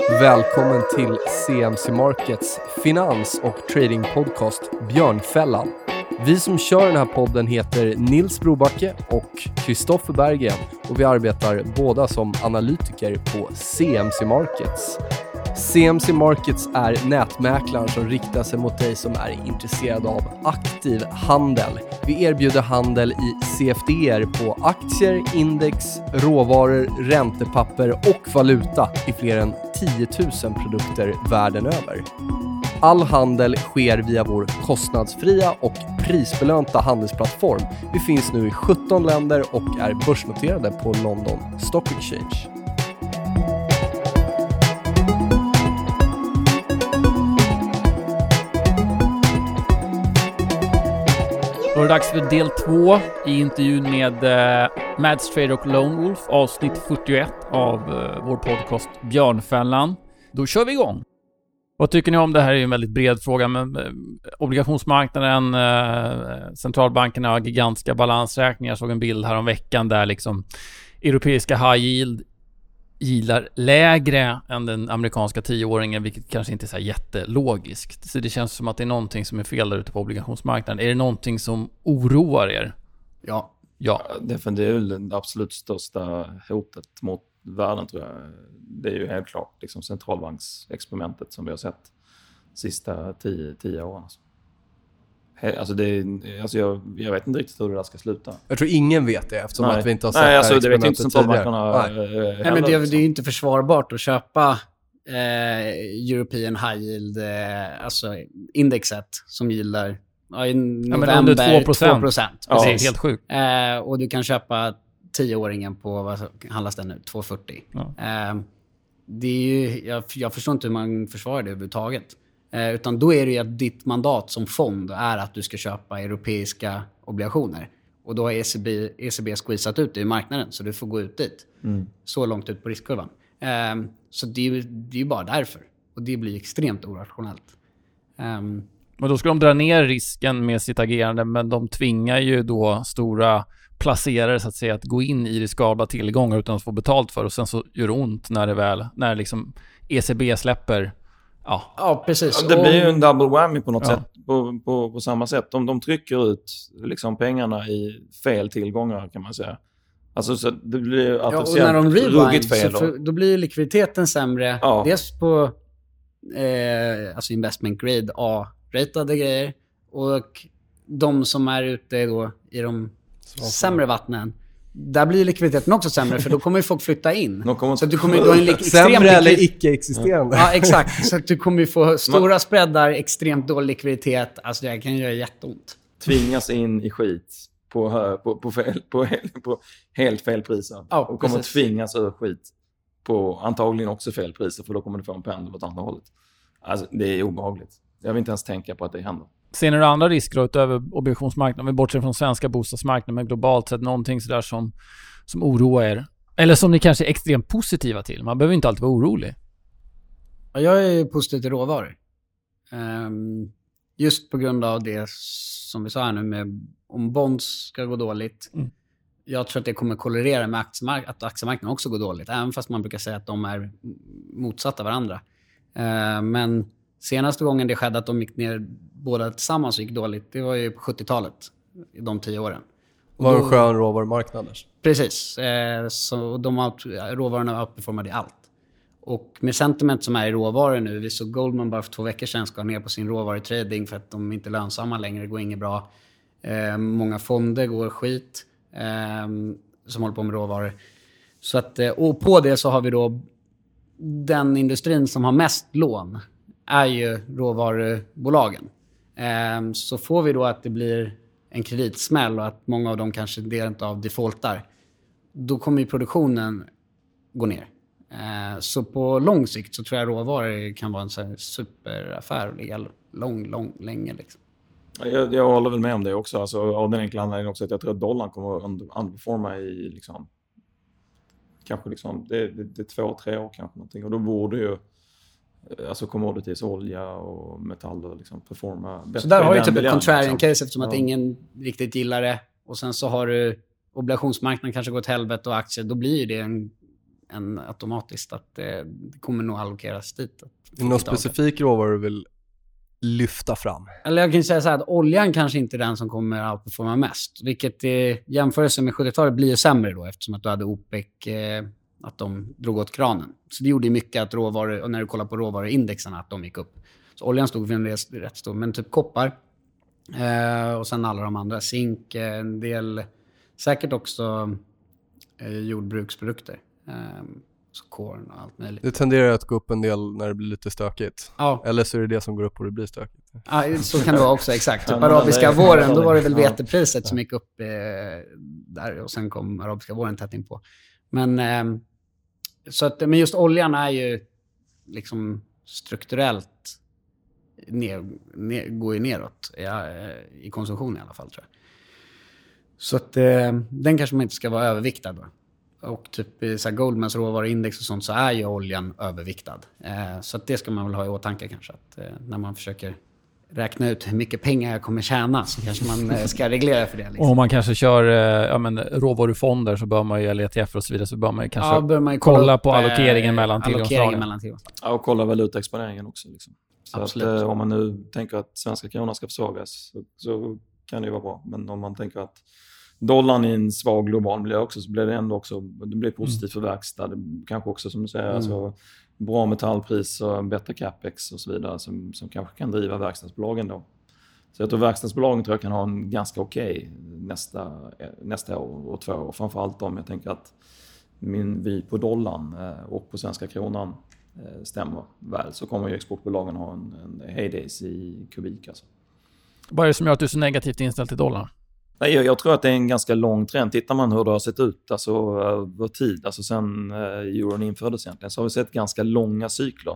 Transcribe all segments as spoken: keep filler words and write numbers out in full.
Välkommen till C M C Markets finans- och tradingpodcast Björnfällan. Vi som kör den här podden heter Nils Brobacke och Kristoffer Berggren och vi arbetar båda som analytiker på C M C Markets. C M C Markets är nätmäklaren som riktar sig mot dig som är intresserad av aktiv handel. Vi erbjuder handel i C F D-er på aktier, index, råvaror, räntepapper och valuta i fler än tio tusen produkter världen över. All handel sker via vår kostnadsfria och prisbelönta handelsplattform. Vi finns nu i sjutton länder och är börsnoterade på London Stock Exchange. Då är det dags för del två i intervjun med eh, Mads Trader och Lone Wolf, avsnitt fyrtioett av eh, vår podcast Björnfällan. Då kör vi igång. Vad tycker ni om det här? Är en väldigt bred fråga, men eh, obligationsmarknaden, eh, centralbankerna har gigantiska balansräkningar. Jag såg en bild här om veckan där liksom europeiska high yield gillar lägre än den amerikanska tioåringen, vilket kanske inte är så här jättelogiskt. Så det känns som att det är någonting som är fel där ute på obligationsmarknaden. Är det någonting som oroar er? Ja. Ja. Det är väl det absolut största hotet mot världen, tror jag. Det är ju helt klart liksom centralbanksexperimentet som vi har sett sista tio, tio åren. Alltså. Alltså det är, alltså jag, jag vet inte riktigt hur det där ska sluta. Jag tror ingen vet det eftersom Nej. att vi inte har sett Nej, alltså, det här det vet inte centralbankerna. Nej. Nej, men det, det är ju inte försvarbart att köpa eh, European High Yield, eh, alltså indexet som gillar ja, i november ja, under två procent. två procent. Ja, det är helt sjukt. Eh, och du kan köpa tioåringen på, vad handlas den nu? två fyrtio. Ja. Eh, det är ju, jag, jag förstår inte hur man försvarar det överhuvudtaget. Eh, utan då är det ju att ditt mandat som fond är att du ska köpa europeiska obligationer. Och då har E C B, E C B squeezat ut det i marknaden så du får gå ut dit. Mm. Så långt ut på riskkurvan. Eh, så det är ju det är bara därför. Och det blir extremt orationellt. Eh, Men då ska de dra ner risken med sitt agerande, men de tvingar ju då stora placerare så att säga att gå in i riskabla tillgångar utan att få betalt för, och sen så gör det ont när det väl, när liksom E C B släpper. Ja, ja precis. Ja, det blir ju en double whammy på något ja. sätt, på, på, på samma sätt. Om de trycker ut liksom pengarna i fel tillgångar kan man säga. Alltså så det blir ja, och när de rewind, fel. Så för, då blir likviditeten sämre. Ja. Dels på eh, alltså investment grade A-ratade grejer och de som är ute då i de så sämre vattnen. Där blir likviditeten också sämre för då kommer ju folk flytta in. Kommer så att du kommer ju då en li- extrem sämre likvid- eller icke-existerande. Ja, exakt. Så att du kommer ju få stora spreadar, extremt dålig likviditet. Alltså det kan göra jätteont. Tvingas in i skit på, hö, på, på, fel, på, på helt fel priser. Ja, och kommer precis. tvingas ur skit på antagligen också fel priser, för då kommer du få en pendel åt andra hållet. Alltså det är obehagligt. Jag vill inte ens tänka på att det händer. Ser ni några andra risker utöver obligationsmarknaden? Vi bortser från svenska bostadsmarknaden, men globalt sett någonting sådär som, som oroar er? Eller som ni kanske är extremt positiva till? Man behöver inte alltid vara orolig. Ja, jag är positiv till råvaror. Um, just på grund av det som vi sa här nu med om bonds ska gå dåligt. Mm. Jag tror att det kommer korrelera med aktiemark- att aktiemarknaden också går dåligt. Även fast man brukar säga att de är motsatta varandra. Uh, men senaste gången det skedde att de gick ner båda tillsammans och gick dåligt, det var ju på sjuttiotalet, i de tio åren. Och var en skön råvarumarknad. Precis. Eh, så de out, råvarorna outperformade i allt. Och med sentiment som är i råvaror nu, vi såg Goldman bara för två veckor sedan ska ner på sin råvarutrading för att de inte är lönsamma längre, det går inget bra. Eh, många fonder går skit eh, som håller på med råvaror. Så att, och på det så har vi då den industrin som har mest lån är ju råvarubolagen. Eh, så får vi då att det blir en kreditsmäll och att många av dem kanske rent av defaultar, då kommer ju produktionen gå ner. Eh, så på lång sikt så tror jag råvaror kan vara en så här superaffär och ligga lång, lång, länge liksom. Jag, jag håller väl med om det också. Alltså, av den enkla anledningen också att jag tror att dollarn kommer att underperforma i liksom, kanske liksom, det, det, det är två, tre år kanske någonting. Och då borde ju alltså commodities, olja och metaller liksom performa bättre. Så där har du typ ett contrarian liksom. case eftersom ja. att ingen riktigt gillar det. Och sen så har du obligationsmarknaden kanske gått helvete och aktier. Då blir ju det en en automatiskt att det, det kommer nog allokeras dit. Är någon specifik råvara du vill lyfta fram? Eller jag kan säga så här att oljan kanske inte är den som kommer att outperforma mest. Vilket i jämförelse med sjuttiotalet blir ju sämre då eftersom att du hade OPEC, eh, att de drog åt kranen. Så det gjorde ju mycket att råvaror, och när du kollar på råvaruindexarna, att de gick upp. Så oljan stod för en rätt stor, men typ koppar eh, och sen alla de andra, zink, eh, en del, säkert också eh, jordbruksprodukter. Eh, Så korn och allt möjligt. Det tenderar att gå upp en del när det blir lite stökigt. Ja. Eller så är det det som går upp och det blir stökigt. Ja, så kan det vara också, exakt. Typ arabiska våren, då var det väl vetepriset som gick upp eh, där. Och sen kom arabiska våren tätt in på. Men, eh, så att, men just oljan är ju liksom strukturellt ner, ner, går ju neråt ja, i konsumtion i alla fall, tror jag. Så att eh, den kanske man inte ska vara överviktad då. Och typ i så här Goldmans råvaruindex och sånt så är ju oljan överviktad. Eh, så att det ska man väl ha i åtanke kanske. Att, eh, när man försöker räkna ut hur mycket pengar jag kommer tjäna så kanske man eh, ska reglera för det. Liksom. Och om man kanske kör eh, ja, men, råvarufonder så bör man ju, eller E T F och så vidare, så bör man ju kanske ja, bör man ju kolla, kolla upp, på allokeringen mellan allokeringen tillgångsslagen. mellan tillgångsslagen. Ja, och kolla valutaexponeringen också. Liksom. Så Absolut. att, eh, om man nu tänker att svenska kronan ska försvagas så, så kan det ju vara bra. Men om man tänker att dollarn i en svag global miljö också, så blir det ändå också, det blir positivt för verkstad. Det kanske också, som du säger, mm. alltså, bra metallpris och bättre capex och så vidare som, som kanske kan driva verkstadsbolagen då. Så jag tror verkstadsbolagen tror jag kan ha en ganska okej okay nästa, nästa år och två år. Framförallt om jag tänker att min vy på dollarn och på svenska kronan stämmer väl, så kommer ju exportbolagen ha en, en heydays i kubik. Alltså. Vad är det som gör att du är så negativt inställd till dollarn? Nej, jag, jag tror att det är en ganska lång trend. Tittar man hur det har sett ut alltså, över tid, alltså sen eh, euron infördes egentligen, så har vi sett ganska långa cykler.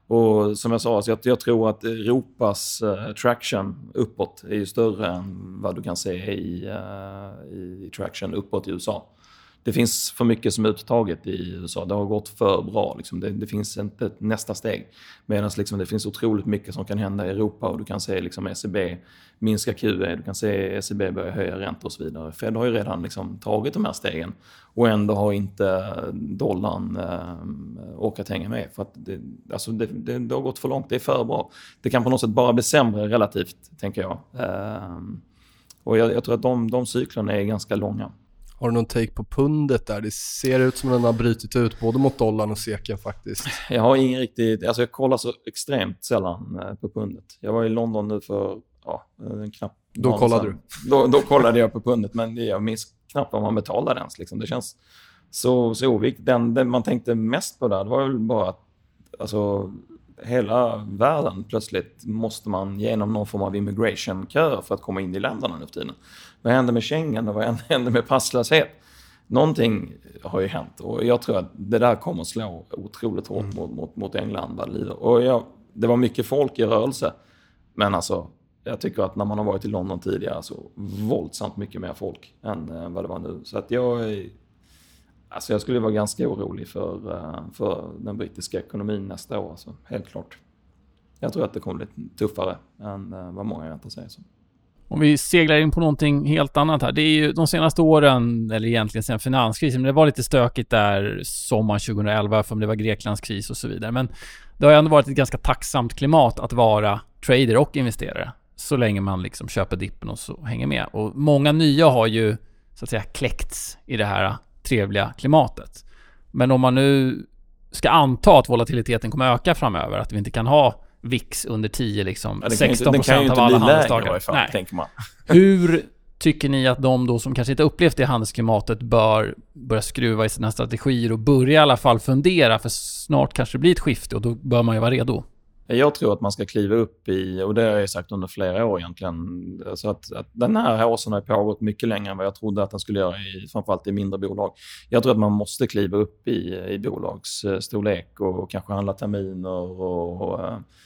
Och som jag sa, så jag, jag tror att Europas eh, traction uppåt är ju större än vad du kan se i, eh, i traction uppåt i U S A. Det finns för mycket som är uttaget i U S A. Det har gått för bra. Liksom. Det, det finns inte ett nästa steg. Medan liksom, det finns otroligt mycket som kan hända i Europa. Och du kan se liksom, E C B minska Q E. Du kan se E C B börja höja räntor och så vidare. Fed har ju redan liksom, tagit de här stegen. Och ändå har inte dollarn äh, orkat hänga med. För att det, alltså det, det, det har gått för långt. Det är för bra. Det kan på något sätt bara bli sämre relativt, tänker jag. Äh, och jag, jag tror att de, de cyklerna är ganska långa. Har du någon take på pundet där? Det ser ut som att den har brytit ut både mot dollarn och seken faktiskt. Jag har ingen riktigt... Alltså jag kollar så extremt sällan på pundet. Jag var i London nu för ja, en knapp... Då kollade sedan. du? Då, då kollade jag på pundet, men jag minns knappt vad man betalade ens. Liksom. Det känns så, så oviktigt. Den, den man tänkte mest på där, det var väl bara att alltså, hela världen plötsligt måste man genom någon form av immigration-kör för att komma in i länderna nu för tiden. Vad hände med Schengen och vad hände med passlöshet? Någonting har ju hänt och jag tror att det där kommer att slå otroligt hårt mm. mot, mot, mot England vad det lider. Och jag, det var mycket folk i rörelse, men alltså jag tycker att när man har varit i London tidigare så våldsamt mycket mer folk än äh, vad det var nu. Så att jag, alltså jag skulle vara ganska orolig för, äh, för den brittiska ekonomin nästa år, alltså, helt klart. Jag tror att det kommer bli tuffare än äh, vad många väntar sig. Så. Om vi seglar in på någonting helt annat här. Det är ju de senaste åren, eller egentligen sedan finanskrisen, men det var lite stökigt där sommar tjugoelva för om det var Greklands kris och så vidare. Men det har ändå varit ett ganska tacksamt klimat att vara trader och investerare. Så länge man liksom köper dippen och så hänger med. Och många nya har ju så att säga kläckts i det här trevliga klimatet. Men om man nu ska anta att volatiliteten kommer öka framöver, att vi inte kan ha V I X under tio liksom, ja, sexton procent av alla handelsdagar. Nej. Tänker man. Hur tycker ni att de då som kanske inte upplevt det handelsklimatet bör börja skruva i sina strategier och börja i alla fall fundera, för snart kanske det blir ett skifte och då bör man ju vara redo. Jag tror att man ska kliva upp i, och det har jag sagt under flera år egentligen, så att, att den här håsen har pågått mycket längre än vad jag trodde att den skulle göra, i, framförallt i mindre bolag. Jag tror att man måste kliva upp i, i bolagsstorlek och, och kanske handla terminer och, och,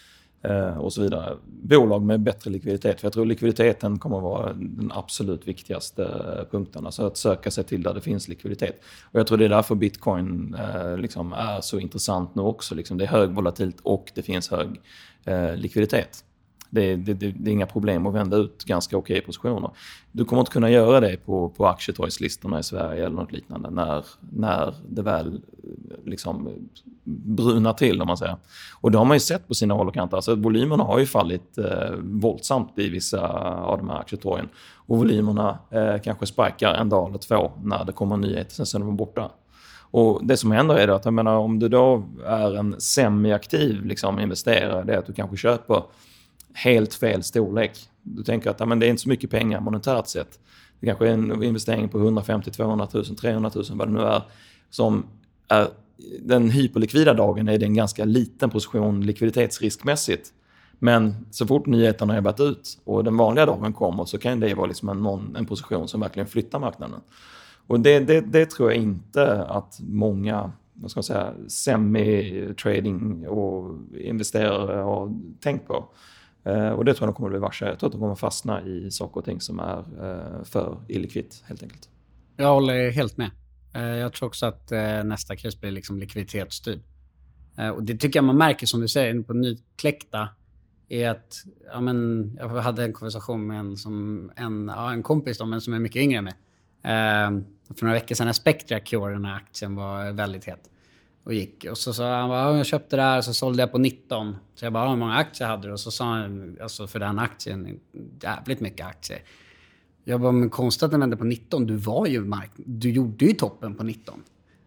och så vidare. Bolag med bättre likviditet, för jag tror likviditeten kommer att vara den absolut viktigaste punkten. Alltså att söka sig till där det finns likviditet. Och jag tror det är därför Bitcoin eh, liksom är så intressant nu också. Liksom det är hög volatilt och det finns hög eh, likviditet. Det, det, det, det är inga problem att vända ut ganska okej positioner. Du kommer inte kunna göra det på, på aktietorgslistorna i Sverige eller något liknande när, när det väl liksom brunar till, om man säger. Och det har man ju sett på sina håll och kanter. Alltså, volymerna har ju fallit eh, våldsamt i vissa av de här aktietorgen. Och volymerna eh, kanske sparkar en dag eller två när det kommer nyheter, sen är de borta. Och det som händer är att jag menar, om du då är en semi-aktiv liksom, investerare, det är att du kanske köper helt fel storlek. Du tänker att ja, men det är inte så mycket pengar monetärt sett. Det kanske är en investering på hundrafemtio, tvåhundratusen, trehundratusen, vad det nu är, som är den hyperlikvida dagen är det en ganska liten position likviditetsriskmässigt. Men så fort nyheterna har ebbat ut och den vanliga dagen kommer, så kan det vara liksom en, någon, en position som verkligen flyttar marknaden. Och det, det, det tror jag inte att många, vad ska man säga, semi-trading och investerare har tänkt på. Uh, och det tror jag de kommer att bli varse. Jag tror att de kommer att fastna i saker och ting som är uh, för illikvitt, helt enkelt. Jag håller helt med. Uh, jag tror också att uh, nästa kris blir liksom likviditetsstyrd. Uh, och det tycker jag man märker, som du säger, på nykläckta, är att ja, men, jag hade en konversation med en, som, en, ja, en kompis då, men som är mycket yngre än mig. Uh, för några veckor sedan när Spectra Cure, den här aktien, var väldigt het och gick. Och så sa han, ja, jag köpte det här och så sålde jag på nitton. Så jag bara, hur många aktier hade du? Och så sa han, alltså för den aktien, jävligt mycket aktier. Jag bara, men konstigt att den vände på nitton. Du var ju mark- du gjorde ju toppen på nitton.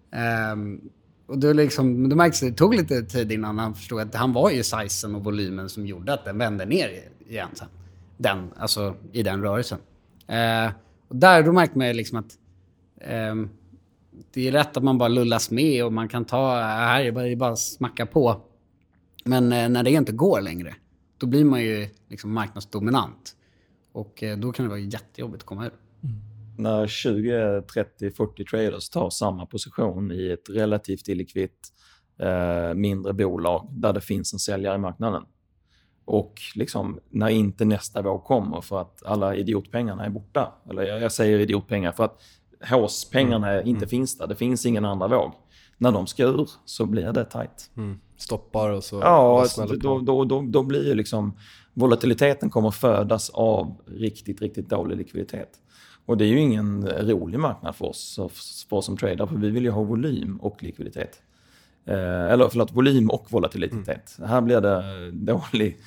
Um, och då liksom, då märks det, det tog lite tid innan han förstod att han var ju sizen och volymen som gjorde att den vände ner igen sen. Den, alltså i den rörelsen. Uh, och där då märker man liksom att um, det är lätt att man bara lullas med och man kan ta, här är bara, bara smacka på. Men eh, när det inte går längre, då blir man ju liksom marknadsdominant. Och eh, då kan det vara jättejobbigt att komma ur. Mm. När tjugo, trettio, fyrtio traders tar samma position i ett relativt illikvitt eh, mindre bolag där det finns en säljare i marknaden. Och liksom när inte nästa våg kommer för att alla idiotpengarna är borta. Eller jag, jag säger idiotpengar för att H S pengarna mm. inte mm. finns där. Det finns ingen andra våg. När de ska ur så blir det tajt. Mm. Stoppar och så... Ja, alltså, då, då, då, då blir ju liksom... Volatiliteten kommer födas av riktigt, riktigt dålig likviditet. Och det är ju ingen rolig marknad för oss, för oss som trader. För vi vill ju ha volym och likviditet. Eh, eller förlåt, volym och volatilitet. Mm. Här blir det dålig...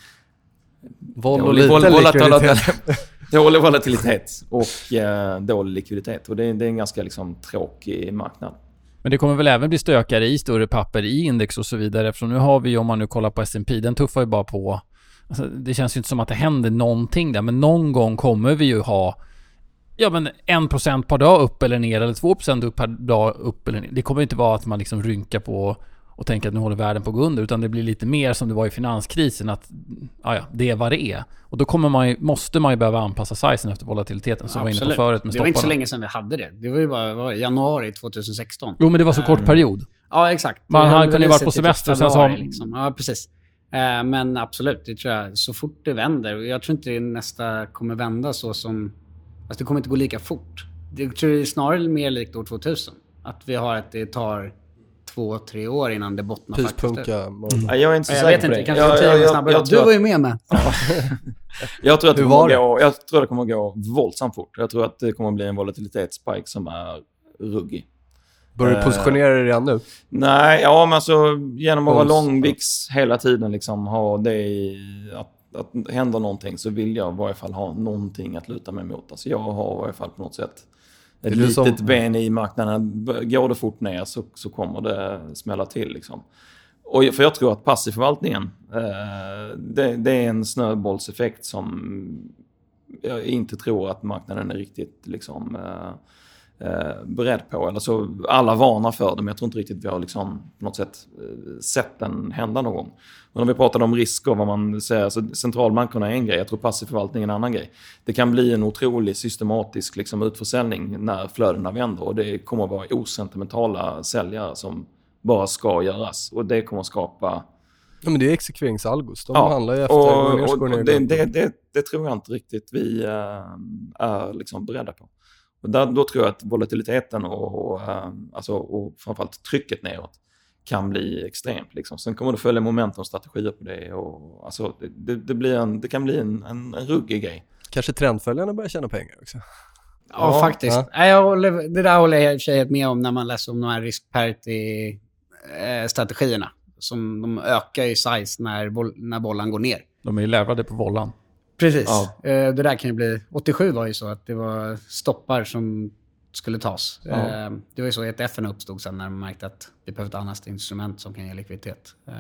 Vol och lite likviditet. Dålig volatilitet och eh, dålig likviditet. Och det är, det är en ganska liksom, tråkig marknad. Men det kommer väl även bli stökare i större papper i index och så vidare. Eftersom nu har vi, om man nu kollar på S and P, den tuffar ju bara på. Alltså, det känns ju inte som att det händer någonting där. Men någon gång kommer vi ju ha ja, men en procent per dag upp eller ner. Eller två procent upp per dag upp eller ner. Det kommer inte vara att man liksom rynkar på och tänker att nu håller världen på att gå under, utan det blir lite mer som det var i finanskrisen, att ja, ja, det är vad det är. Och då kommer man ju, måste man ju behöva anpassa sizen efter volatiliteten som ja, var inne på förut med det var inte så länge sedan vi hade det. Det var ju bara var januari tjugohundrasexton. Jo, men det var så kort period. Ja, exakt. Man hade kunnat vara på semester och sen så... Liksom. Ja, precis. Men absolut, det tror jag, så fort det vänder. Jag tror inte det nästa kommer vända så som... Alltså det kommer inte gå lika fort. Det tror jag är snarare mer likt år tvåtusen. Att vi har att det tar... två, tre år innan det bottnar faktiskt. Mm. Ja, jag är inte så jag säker vet på inte, det. jag, jag, jag, jag, du var ju med med. jag, tror att det kommer gå, jag tror att det kommer gå våldsamt fort. Jag tror att det kommer bli en volatilitetsspike som är ruggig. Börjar du positionera dig redan nu? Nej, ja, men alltså genom att vara lång V I X hela tiden liksom ha det i, att, att händer någonting, så vill jag i varje fall ha någonting att luta mig mot. Alltså jag har i varje fall på något sätt ett litet som... ben i marknaden. Går det fort ner så, så kommer det smälla till. Liksom. Och för jag tror att passivförvaltningen, eh, det, det är en snöbollseffekt som jag inte tror att marknaden är riktigt liksom, eh, eh, beredd på. Eller så, alla varnar för det, men jag tror inte riktigt vi har liksom, på något sätt eh, sett den hända någon gång. Och när vi pratar om risker, vad man säger, så centralbankerna är en grej, jag tror passivförvaltning är en annan grej. Det kan bli en otrolig systematisk liksom, utförsäljning när flödena vänder, och det kommer att vara osentimentala säljare som bara ska göras, och det kommer att skapa... Ja, men det är exekveringsalgos. De ja, handlar ju efter och, ner, och, går ner, och det, det, det, det tror jag inte riktigt vi äh, är liksom beredda på. Och där, då tror jag att volatiliteten och, och, äh, alltså, och framförallt trycket neråt kan bli extremt. Liksom. Sen kommer det följa momentum och strategier på det. Och, alltså, det, det, det, blir en, det kan bli en, en, en ruggig grej. Kanske trendföljarna börjar tjäna pengar också. Ja, Ja, faktiskt. ja. Nej, jag håller, det där håller jag i och för sig helt med om när man läser om de här risk parity-strategierna. Som de ökar i size när, boll, när bollen går ner. De är ju levrade på vollan. Precis. Ja. Eh, Det där kan ju bli... åttiosju var ju så att det var stoppar som skulle tas. Ja. Eh, Det var ju så E T F-en uppstod sen när de märkte att det behövde ett annat instrument som kan ge likviditet. Eh,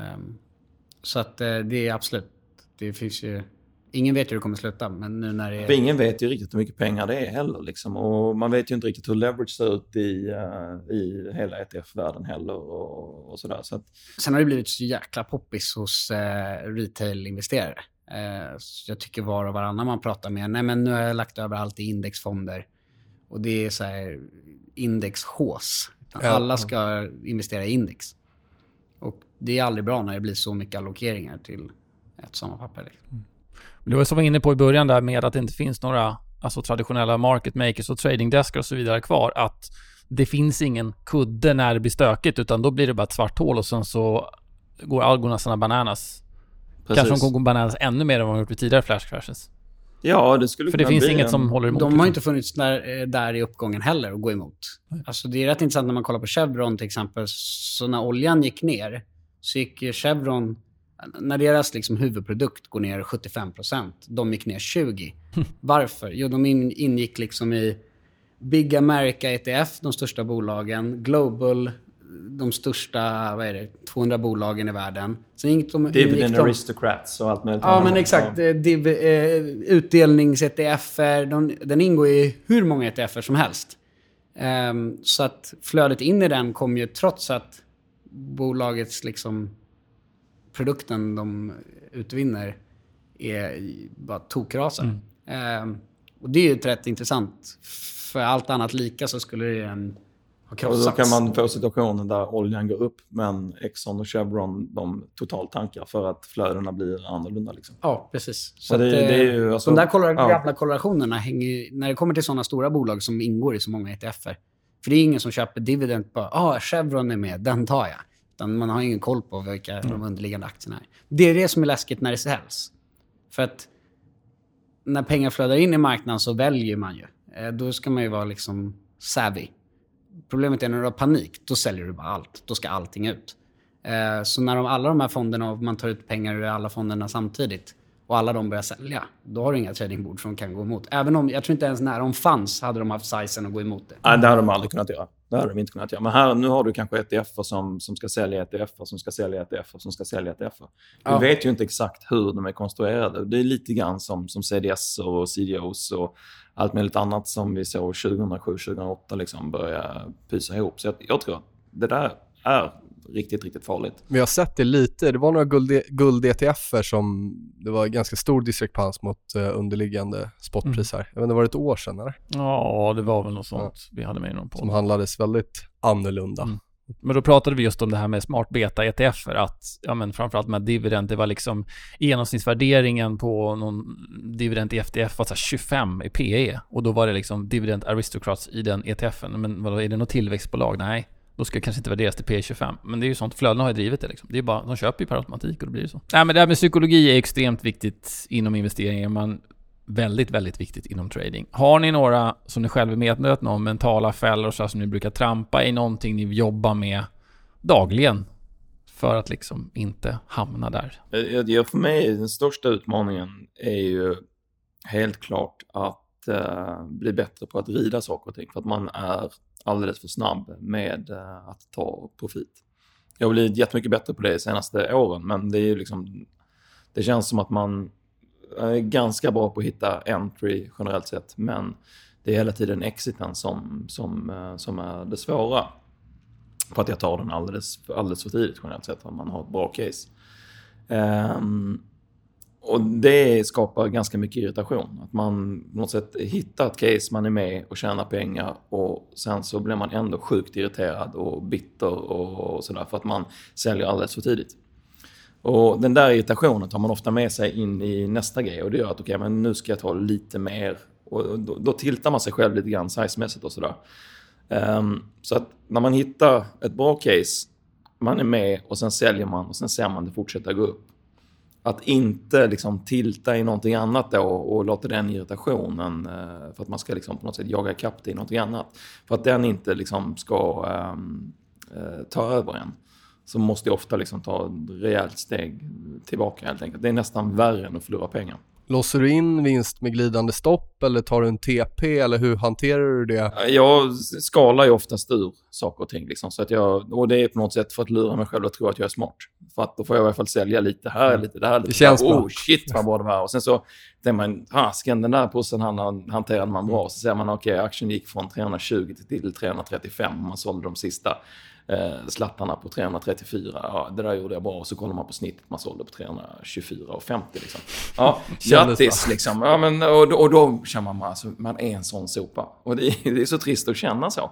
Så att eh, det är absolut... Det finns ju... Ingen vet hur det kommer sluta, men nu när det För är... ingen vet ju riktigt hur mycket pengar det är heller. Liksom. Och man vet ju inte riktigt hur leverage ser ut i, uh, i hela E T F-världen heller. Och, och sådär. Så att, Sen har det blivit så jäkla poppis hos eh, retail-investerare. Eh, så jag tycker var och varannan man pratar med, nej men nu har jag lagt över allt i indexfonder. Och det är så här indexhås. Ja. Alla ska investera i index. Och det är aldrig bra när det blir så mycket allokeringar till ett samma papper. Liksom. Det var som jag var inne på i början där med att det inte finns några alltså traditionella market makers och tradingdesker och så vidare kvar. Att det finns ingen kudde när det blir stökigt, utan då blir det bara ett svart hål och sen så går algorna såna bananas. precis. Kanske de kommer gå bananas ännu mer än vad de gjort vid tidigare flash crashes. Ja, det skulle För det kunna finns bli inget en... som håller emot. De har liksom. inte funnits där, där i uppgången heller att gå emot. Alltså det är rätt intressant när man kollar på Chevron till exempel. Så när oljan gick ner så gick Chevron, när deras liksom huvudprodukt går ner sjuttiofem procent, de gick ner tjugo. Varför? Jo, de in, ingick liksom i Big America E T F, de största bolagen, Global, de största, vad är det, tvåhundra bolagen i världen. Sen gick de, Dividend ingick de, aristocrats och allt möjligt. Ja, men exakt. Eh, div, eh, utdelnings-E T F-er. De, den ingår i hur många E T F-er som helst. Um, så att flödet in i den kom ju trots att bolagets liksom produkten de utvinner är bara tokrasar. Mm. Um, och det är ju rätt intressant. För allt annat lika så skulle det en ha krossats. Och då kan man få situationen där oljan går upp, men Exxon och Chevron de totalt tankar för att flödena blir annorlunda. Liksom. Ja, precis. Så, Så att, det, det är ju, alltså, de där kollar, ja. gamla korrelationerna hänger, när det kommer till sådana stora bolag som ingår i så många E T F-er. För det är ingen som köper dividend på, ah, Chevron är med, den tar jag. Utan man har ingen koll på vilka mm. de underliggande aktierna är. Det är det som är läskigt när det säljs. För att när pengar flödar in i marknaden så väljer man ju. Eh, då ska man ju vara liksom savvy. Problemet är när du har panik, då säljer du bara allt. Då ska allting ut. Eh, så när de, alla de här fonderna, och man tar ut pengar ur alla fonderna samtidigt och alla de börjar sälja, då har du inga tradingbord som kan gå emot. Även om, jag tror inte ens när de fanns hade de haft sizen att gå emot det. Nej, det hade de aldrig kunnat göra. Det hade de inte kunnat göra. Men här, nu har du kanske E T F som, som ska sälja E T F som ska sälja E T F som ska sälja E T F. Du Ja. vet ju inte exakt hur de är konstruerade. Det är lite grann som, som C D S och C D Os och allt möjligt annat som vi såg tjugohundrasju tjugohundraåtta liksom börja pysa ihop. Så jag, jag tror att det där är riktigt, riktigt farligt. Vi har sett det lite. Det var några guld, guld-E T F-er som det var ganska stor diskrepans mot uh, underliggande spotpris här. Mm. Jag vet inte, var det ett år sedan eller? Ja, det var väl något sånt Ja. vi hade med i någon podd. Som handlades väldigt annorlunda. Mm. Men då pratade vi just om det här med smart beta-E T F-er, att ja, men framförallt med dividend, det var liksom genomsnittsvärderingen på någon dividend i F T F var så här tjugofem i P E, och då var det liksom dividend aristocrats i den E T F-en. Men vadå, är det något tillväxtbolag? Nej, då ska det kanske inte värderas till P E tjugofem. Men det är ju sånt, flöden har ju drivit det liksom. Det är bara, de köper ju per automatik och då blir det så. Nej, men det här med psykologi är extremt viktigt inom investeringar, man väldigt, väldigt viktigt inom trading. Har ni några som ni själva är medvetna om, mentala fällor så här som ni brukar trampa i, någonting ni jobbar med dagligen för att liksom inte hamna där? Ja, för mig den största utmaningen är ju helt klart att uh, bli bättre på att rida saker och ting. För att man är alldeles för snabb med uh, att ta profit. Jag har blivit jättemycket bättre på det de senaste åren, men det är ju liksom, det känns som att man är ganska bra på att hitta entry generellt sett, men det är hela tiden exiten som, som, som är det svåra. För att jag tar den alldeles, alldeles för tidigt generellt sett om man har ett bra case. Um, och det skapar ganska mycket irritation. Att man på något sätt hittar ett case, man är med och tjänar pengar och sen så blir man ändå sjukt irriterad och bitter och, och sådär för att man säljer alldeles för tidigt. Och den där irritationen tar man ofta med sig in i nästa grej, och det gör att okej, okay, men nu ska jag ta lite mer, och då, då tiltar man sig själv lite grann sizemässigt och sådär. Um, så att när man hittar ett bra case man är med och sen säljer man och sen ser man det fortsätta gå upp. Att inte liksom tilta i någonting annat då och låta den irritationen eh, för att man ska liksom på något sätt jaga ikapp det i någonting annat. För att den inte liksom ska um, uh, ta över en. Så måste jag ofta liksom ta ett rejält steg tillbaka helt enkelt. Det är nästan värre än att förlora pengar. Låser du in vinst med glidande stopp eller tar du en T P eller hur hanterar du det? Jag skalar ju oftast ur saker och ting liksom, så att jag, och det är på något sätt för att lura mig själv och tro att jag är smart. För att då får jag i alla fall sälja lite här, lite där, lite det känns där. Bra. Oh shit vad bra det var. Och sen så tänker man, hasken den där posten han, hanterade man bra. Så säger man okej, okay, aktien gick från trehundratjugo till trehundratrettiofem. Man sålde de sista eh, slattarna på trehundratrettiofyra. Ja, det där gjorde jag bra. Och så kollar man på snittet, man sålde på trehundratjugofyra och femtio liksom. Ja, grattis liksom. Ja, men, och, och då känner man, alltså, man är en sån sopa. Och det är, det är så trist att känna så.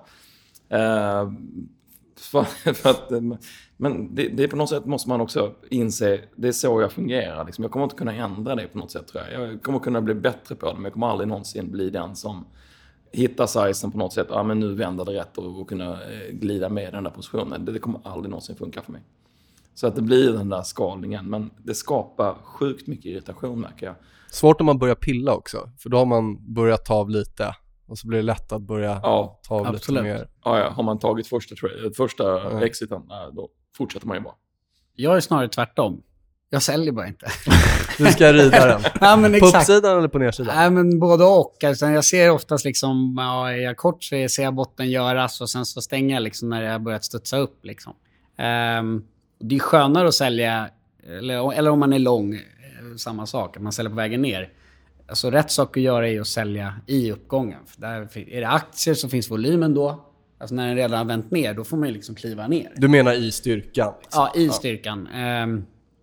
Eh, för, för att, men det, det är på något sätt måste man också inse, det är så jag fungerar. Liksom. Jag kommer inte kunna ändra det på något sätt tror jag. Jag kommer kunna bli bättre på det, men jag kommer aldrig någonsin bli den som hittar sizen på något sätt. Ja, men nu vänder det rätt och, och kunna glida med den där positionen. Det, det kommer aldrig någonsin funka för mig. Så att det blir den där skalningen, men det skapar sjukt mycket irritation märker jag. Svårt om man börjar pilla också, för då har man börjat ta av lite. Och så blir det lätt att börja ja, ta av absolut. lite mer. Ja, ja, har man tagit första, tra- första ja. exiten, då fortsätter man ju bara. Jag är snarare tvärtom. Jag säljer bara inte. Du ska rida den. Ja, men på exakt. uppsidan eller på nedsidan? Nej, men både och. Alltså, jag ser oftast liksom, ja, är jag kort så ser jag botten göras och sen så stänger jag liksom när jag har börjat studsa upp. Liksom. Um, det är skönare att sälja, eller, eller om man är lång, samma sak, att man säljer på vägen ner. Alltså rätt sak att göra är att sälja i uppgången. För där är det aktier så finns volymen då. Alltså när den redan har vänt ner, då får man ju liksom kliva ner. Du menar i styrkan? Liksom. Ja, i styrkan. Ja. Um,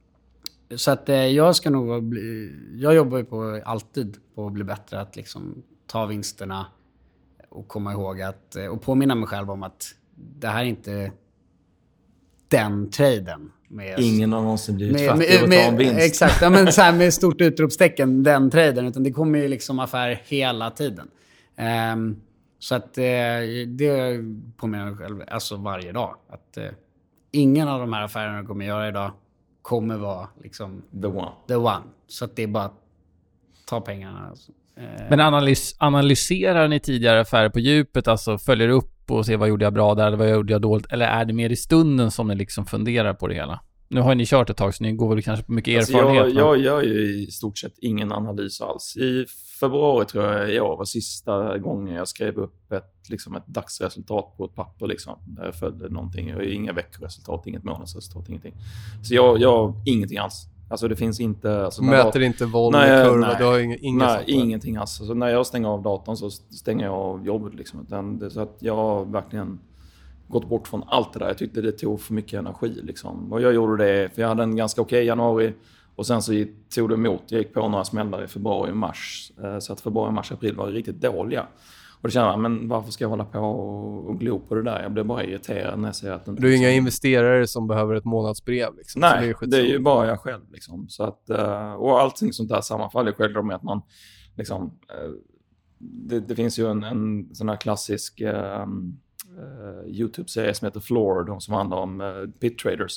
så att uh, jag ska nog bli... Jag jobbar ju på alltid på att bli bättre att liksom ta vinsterna och komma ihåg att... Och påminna mig själv om att det här är inte den traden. Med, Ingen har någonsin blivit med, fattig med, och med, ta en vinst. Exakt, ja, men så här med stort utropstecken, den traden. Utan det kommer ju liksom affär hela tiden. Um, så att uh, det påminner mig själv alltså varje dag. Att uh, ingen av de här affärerna jag kommer göra idag kommer vara liksom The one. The one. Så att det är bara att ta pengarna. Alltså. Uh, Men analys, analyserar ni tidigare affärer på djupet? Alltså följer upp och ser vad gjorde jag bra där eller vad gjorde jag dåligt? Eller är det mer i stunden som ni liksom funderar på det hela? Nu har ni kört ett tag så ni går väl kanske på mycket alltså erfarenhet. Jag, jag gör ju i stort sett ingen analys alls. I februari tror jag i år var sista gången jag skrev upp ett, liksom ett dagsresultat på ett papper. Liksom, där jag följde någonting. Jag har inga veckoresultat, inget månadsresultat, ingenting. Så jag gör ingenting alls. Alltså det finns inte... Alltså mäter dat- inte våld nej, i kurva, nej, du har inga, inga nej, sånt ingenting alls. Alltså när jag stänger av datorn så stänger jag av jobbet. Liksom. Den, det, så att jag har verkligen gått bort från allt det där. Jag tyckte det tog för mycket energi. Liksom. Och jag gjorde det, för jag hade en ganska okej januari. Och sen så tog det emot. Jag gick på några smällar i februari och mars. Så att februari, mars, april var riktigt dåliga. Och då kände jag, men varför ska jag hålla på och, och glo på det där? Jag blev bara irriterad när jag ser att... Du är inga investerare som behöver ett månadsbrev liksom. Nej, det är, det är ju bara jag själv liksom. Så att, och allting sånt där sammanfaller självklart med att man liksom... Det, det finns ju en, en sån här klassisk um, uh, YouTube-serie som heter Floor, de som handlar om uh, pit traders.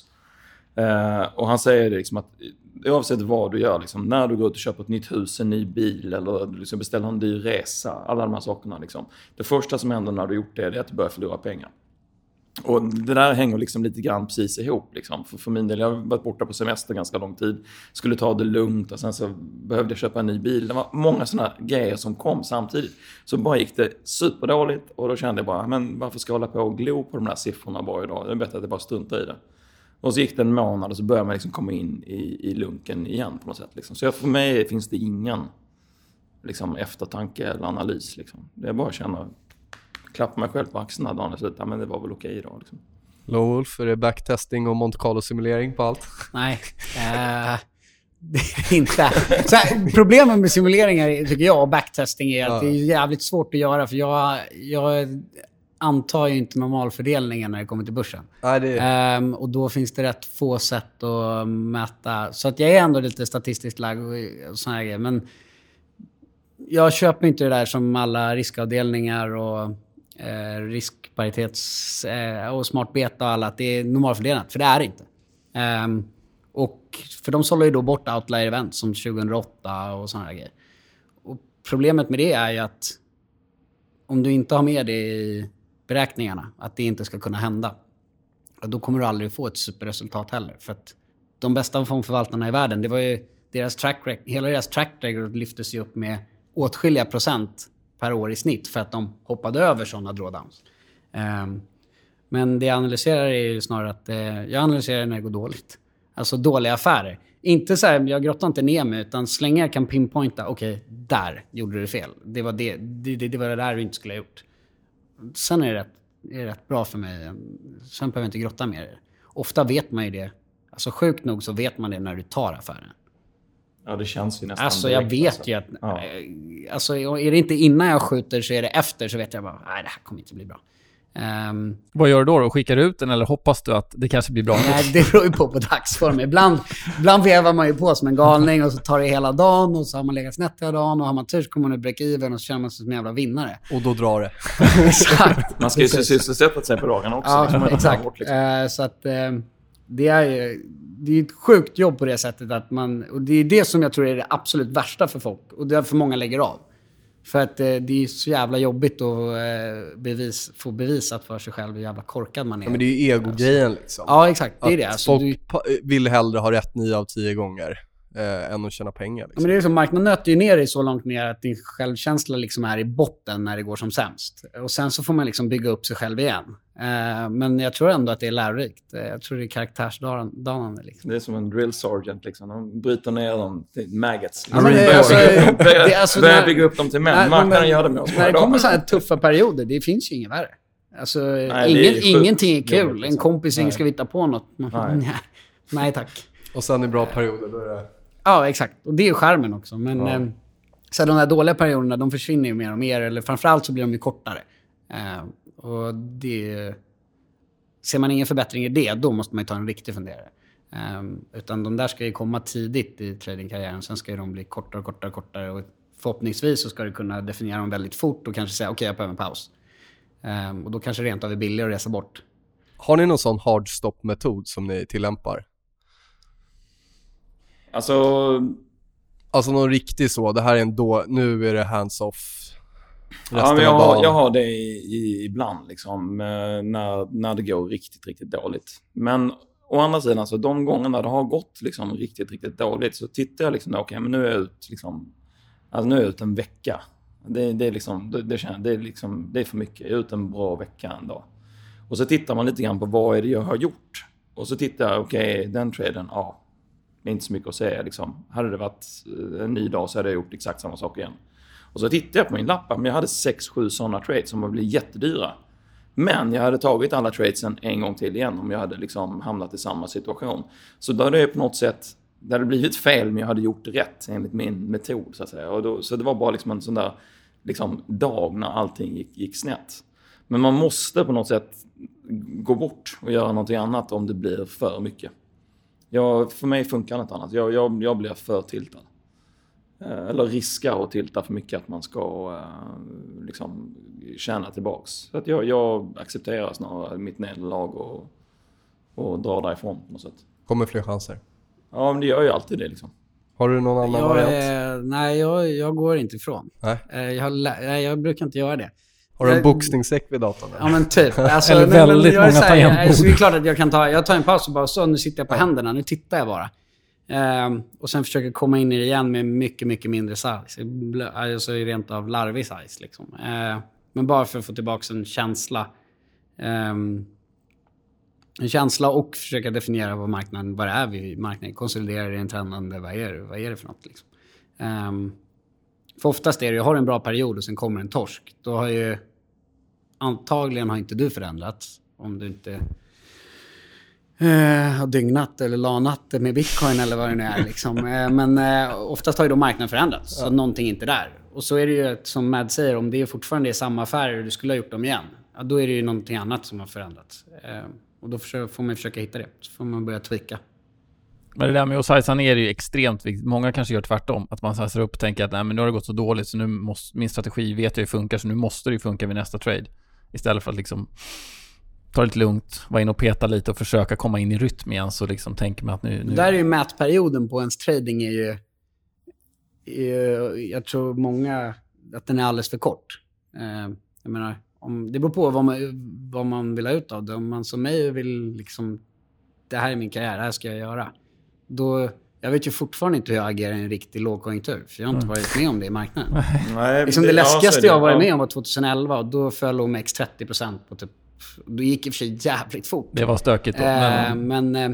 Uh, och han säger det liksom att oavsett vad du gör, liksom, när du går ut och köper ett nytt hus, en ny bil eller du liksom beställer en dyr resa, alla de här sakerna. Liksom. Det första som händer när du gjort det är att du börjar förlora pengar. Och det där hänger liksom lite grann precis ihop. Liksom. För, för min del, jag har varit borta på semester ganska lång tid. Skulle ta det lugnt och sen så behövde jag köpa en ny bil. Det var många sådana grejer som kom samtidigt. Så bara gick det superdåligt och då kände jag bara, men varför ska jag hålla på och glo på de där siffrorna varje dag? Det är bättre att jag bara struntar i det. Och så gick det en månad och så började man liksom komma in i, i lunken igen på något sätt. Liksom. Så för mig finns det ingen liksom, eftertanke eller analys. Liksom. Det är bara att känna, klappa mig själv på axlarna dagen och sluta, men det var väl okej idag. Liksom. Lone Wolf, är det backtesting och Monte Carlo-simulering på allt? Nej, uh, det är inte. Så här, problemen med simuleringar tycker jag och backtesting är att ja. Det är jävligt svårt att göra för jag... jag antar ju inte normalfördelningen när det kommer till börsen. Nej, det är... um, och då finns det rätt få sätt att mäta. Så att jag är ändå lite statistiskt lagd och såna här grejer. Men jag köper inte det där som alla riskavdelningar och eh, riskparitets eh, och smart beta och alla, att det är normalfördelat, för det är det inte. Um, och för de sållar ju då bort outlier event som tjugohundraåtta och sådana här grejer. Och problemet med det är ju att om du inte har med det i beräkningarna, att det inte ska kunna hända, då kommer du aldrig få ett superresultat heller. För att de bästa fondförvaltarna i världen, det var ju deras track record, hela deras track record lyftes ju upp med åtskilliga procent per år i snitt för att de hoppade över sådana drawdowns. Um, men det jag analyserar är ju snarare att eh, jag analyserar när det går dåligt. Alltså dåliga affärer. Inte så här, jag grottar inte ner mig, utan så länge jag kan pinpointa, okej, okay, där gjorde du fel. Det var det, det, det, det var det där du inte skulle ha gjort. Sen är det rätt, är det rätt bra för mig. Sen behöver jag inte grotta mer. Ofta vet man ju det. Alltså sjukt nog så vet man det när du tar affären. Ja, det känns ju nästan Alltså jag direkt, vet alltså. ju att Ja. alltså, är det inte innan jag skjuter så är det efter, så vet jag bara, nej, det här kommer inte bli bra. Um, Vad gör du då? då? Skickar du ut den eller hoppas du att det kanske blir bra? nej, det beror ju på på dagsform. Ibland, ibland vevar man ju på som en galning och så tar det hela dagen och så har man legat snett hela dagen och har man tur så kommer man nu break-even och så känner man sig som en jävla vinnare. Och då drar det. Exakt. Man ska ju sysselsätta sig på dagarna också. Ja, liksom, man exakt. bort, liksom. Uh, så att uh, det är ju det är ett sjukt jobb på det sättet att man, och det är det som jag tror är det absolut värsta för folk och därför många lägger av. För att eh, det är så jävla jobbigt att eh, bevis, få bevisat för sig själv hur jävla korkad man är. Ja, men det är ju egogrejen liksom. Ja, exakt. Det är att det. Alltså, folk du... pa- vill hellre ha rätt nio av tio gånger eh, än att tjäna pengar. Ja, Liksom. men det är som marknaden nöter ju ner dig så långt ner att din självkänsla liksom är i botten när det går som sämst. Och sen så får man liksom bygga upp sig själv igen. Eh, men jag tror ändå att det är lärorikt. Eh, jag tror det är karaktärsdanande. Liksom. Det är som en drill sergeant. Liksom. De bryter ner dem till maggots. Ja, men det är Börjar alltså- bygga upp dem- börjar- det är alltså börjar när- bygga upp dem till män. Nej, Marknaden men- gör det med oss. När det varje kommer dag. så här tuffa perioder, det finns ju inget värre. Alltså, det är ingen, ju sjukt ingenting är kul. jobbigt, En liksom. kompis Nej. ska vi hitta på något. Nej. Nej, tack. Och sen i bra perioder då är det... Ja, exakt. Och det är ju skärmen också. Men Ja. eh, så de där dåliga perioderna, de försvinner ju mer och mer. Eller framförallt så blir de ju kortare. Eh, och det... Ser man ingen förbättring i det, då måste man ju ta en riktig funderare. Eh, utan de där ska ju komma tidigt i tradingkarriären. Sen ska ju de bli kortare och kortare och kortare. Och förhoppningsvis så ska du kunna definiera dem väldigt fort och kanske säga okej, okay, jag behöver en paus. Eh, och då kanske rent av är billigare att resa bort. Har ni någon sån hard stop-metod som ni tillämpar? Alltså, Alltså någon riktig så, det här är en då, nu är det hands-off resten ja, men jag, av har, dagen. jag har det i, i, ibland liksom, eh, när, när det går riktigt, riktigt dåligt. Men å andra sidan, så de gångerna det har gått liksom, riktigt, riktigt dåligt så tittar jag liksom, okej, okay, men nu är jag ut liksom, alltså nu är jag ut en vecka. Det, det, är liksom, det, det, känns, det, är liksom, det är för mycket. Jag är ut en bra vecka en dag. Och så tittar man lite grann på vad är det jag har gjort. Och så tittar jag, okej, okay, den traden, ja, det är inte så mycket att säga. Liksom. Hade det varit en ny dag så hade jag gjort exakt samma sak igen. Och så tittar jag på min lappa, men jag hade sex sju sådana trades som har blivit jättedyra. Men jag hade tagit alla tradesen en gång till igen om jag hade liksom hamnat i samma situation. Så då hade det på något sätt, det hade blivit fel men jag hade gjort rätt enligt min metod så att säga. Och då, så det var bara liksom en sån där liksom, dag när allting gick, gick snett. Men man måste på något sätt gå bort och göra något annat om det blir för mycket. Jag, för mig funkar något annat. Jag, jag, jag blir för tiltad. Eller riskar att tilta för mycket att man ska uh, liksom tjäna tillbaks. Så att jag, jag accepterar snarare mitt nederlag och, och drar därifrån på något sätt. Kommer fler chanser? Ja, men det gör ju alltid det liksom. Har du någon annan Jag, variant? eh, nej, jag, jag går inte ifrån. Nej. Eh, jag, har lä- nej, jag brukar inte göra det. Har du en jag- boxningssäck vid datorn? Ja, men typ. Alltså, Eller nej, men väldigt jag är många så här, tangentbord. alltså, det är klart att jag kan ta, jag tar en paus och bara så, nu sitter jag på händerna, nu tittar jag bara. Ehm, och sen försöker komma in i det igen med mycket, mycket mindre size. Alltså rent av larvig size liksom. Ehm, men bara för att få tillbaka en känsla. Ehm, en känsla och försöka definiera vad marknaden, vad det är vi marknaden konsoliderar i en trendande, vad är det, vad är det för något liksom. Ehm, för oftast är det, jag har en bra period och sen kommer en torsk. Då har ju antagligen har inte du förändrats om du inte eh, har dygnat eller lanat med bitcoin eller vad det nu är liksom. Eh, men eh, oftast har ju då marknaden förändrats, så att någonting inte är där. Och så är det ju som Mad säger, om det är fortfarande är samma affärer och du skulle ha gjort dem igen, ja, då är det ju någonting annat som har förändrats. Eh, och då försöker, får man försöka hitta det. Så får man börja tweaka. Men det där med att sajsa ner är ju extremt viktigt. Många kanske gör tvärtom. Att man sajsar upp och tänker att nej, men nu har det gått så dåligt så nu måste, min strategi vet jag ju funkar så nu måste det ju funka vid nästa trade. Istället för att liksom ta det lite lugnt, vara in och peta lite och försöka komma in i rytm igen, så liksom tänker man att nu... nu... Där är ju mätperioden på ens trading är ju, är, jag tror många, att den är alldeles för kort. Eh, jag menar, om, det beror på vad man, vad man vill ha ut av det. Om man som mig vill liksom, det här är min karriär, det här ska jag göra. Då, jag vet ju fortfarande inte hur jag agerar i en riktig lågkonjunktur, för jag har inte varit med om det i marknaden. Nej, liksom det, det läskigaste ja, jag har varit ja. med om var tjugoelva, och då föll O M X trettio procent på typ, då gick i och för sig jävligt fort. Det var stökigt då. Eh, Men, men,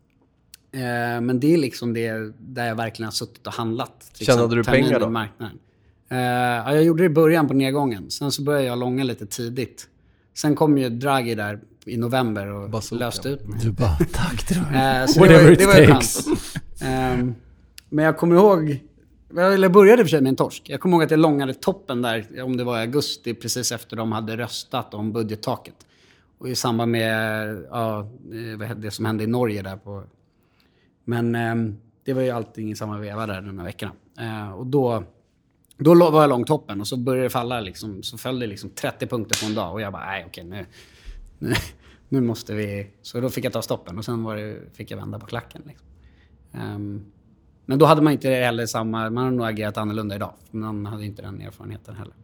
eh, men det är liksom det där jag verkligen har suttit och handlat. Tjänade du pengar då? Marknaden. Eh, ja, jag gjorde det i början på nedgången. Sen så började jag långa lite tidigt. Sen kom ju Draghi där i november och Bazooka. löste ut mig. du bara, tack Draghi. Eh, så Whatever det var, it det var ju takes. skönt. Eh, men jag kommer ihåg, jag började för sig med en torsk. Jag kommer ihåg att jag långade toppen där, om det var i augusti, precis efter de hade röstat om budgettaket. Och i samband med ja, det som hände i Norge där på... Men eh, det var ju allting i samma veva där den här veckorna. Eh, och då, då var jag långt toppen och så började det falla liksom, så föll det liksom trettio punkter på en dag. Och jag bara, nej okej, nu, nu, nu måste vi... Så då fick jag ta stoppen och sen var det, fick jag vända på klacken. Liksom. Um, men då hade man inte heller samma... Man hade nog agerat annorlunda idag. Man hade inte den erfarenheten heller.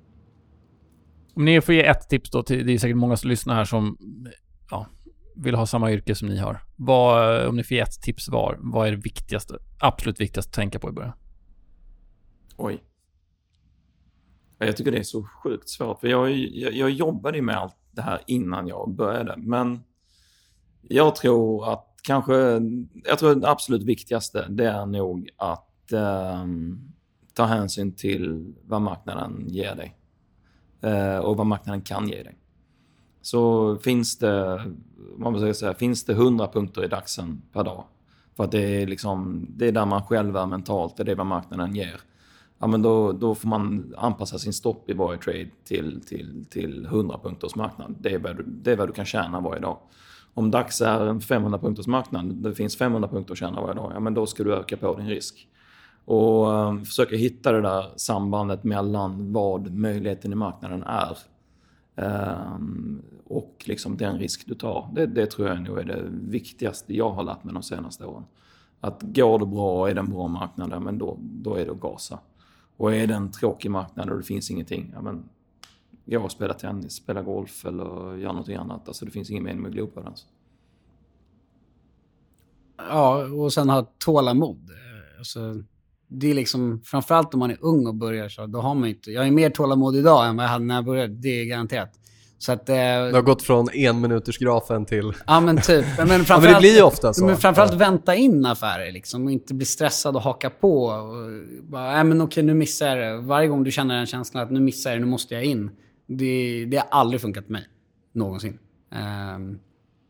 Om ni får ge ett tips då, till, det är säkert många som lyssnar här som ja, vill ha samma yrke som ni har. Vad, om ni får ge ett tips var, vad är det viktigaste, absolut viktigaste att tänka på i början? Oj. Jag tycker det är så sjukt svårt. För jag, jag, jag jobbade ju med allt det här innan jag började. Men jag tror att kanske... Jag tror att det absolut viktigaste, det är nog att um, ta hänsyn till vad marknaden ger dig. Uh, och vad marknaden kan ge dig. Så finns det, man måste säga, finns det hundra punkter i dagen per dag. För att det är, liksom, det är där man själv är mentalt, det är det vad marknaden ger. Ja, men då, då får man anpassa sin stopp i varje trade till, till, till hundra punkters marknad. Det är, vad du, det är vad du kan tjäna varje dag. Om dags är en femhundra punkters marknad, det finns femhundra punkter att tjäna varje dag, ja, men då ska du öka på din risk. Och um, försöka hitta det där sambandet mellan vad möjligheten i marknaden är um, och liksom den risk du tar. Det, det tror jag nog är det viktigaste jag har lärt mig de senaste åren. Att går det bra, är det en bra marknad, men då, då är det att gasa. Och är det en tråkig marknad och det finns ingenting, ja, men gå och spela tennis, spela golf eller göra något annat. Alltså det finns ingen mening med glo på den. Ja, och sen ha tålamod. Alltså, det är liksom, framförallt om man är ung och börjar så, då har man inte... Jag är mer tålamod idag än vad jag hade när jag började, det är garanterat. Så att... Eh, Du har gått från en minuters grafen till... Ja, men typ. Men framförallt, ja, men det blir ju ofta så. Men framförallt vänta in affärer liksom, och inte bli stressad och haka på. Och bara, nej men okej, nu missar jag det. Varje gång du känner den känslan att nu missar jag det, nu måste jag in. Det, det har aldrig funkat för mig. Någonsin. Um,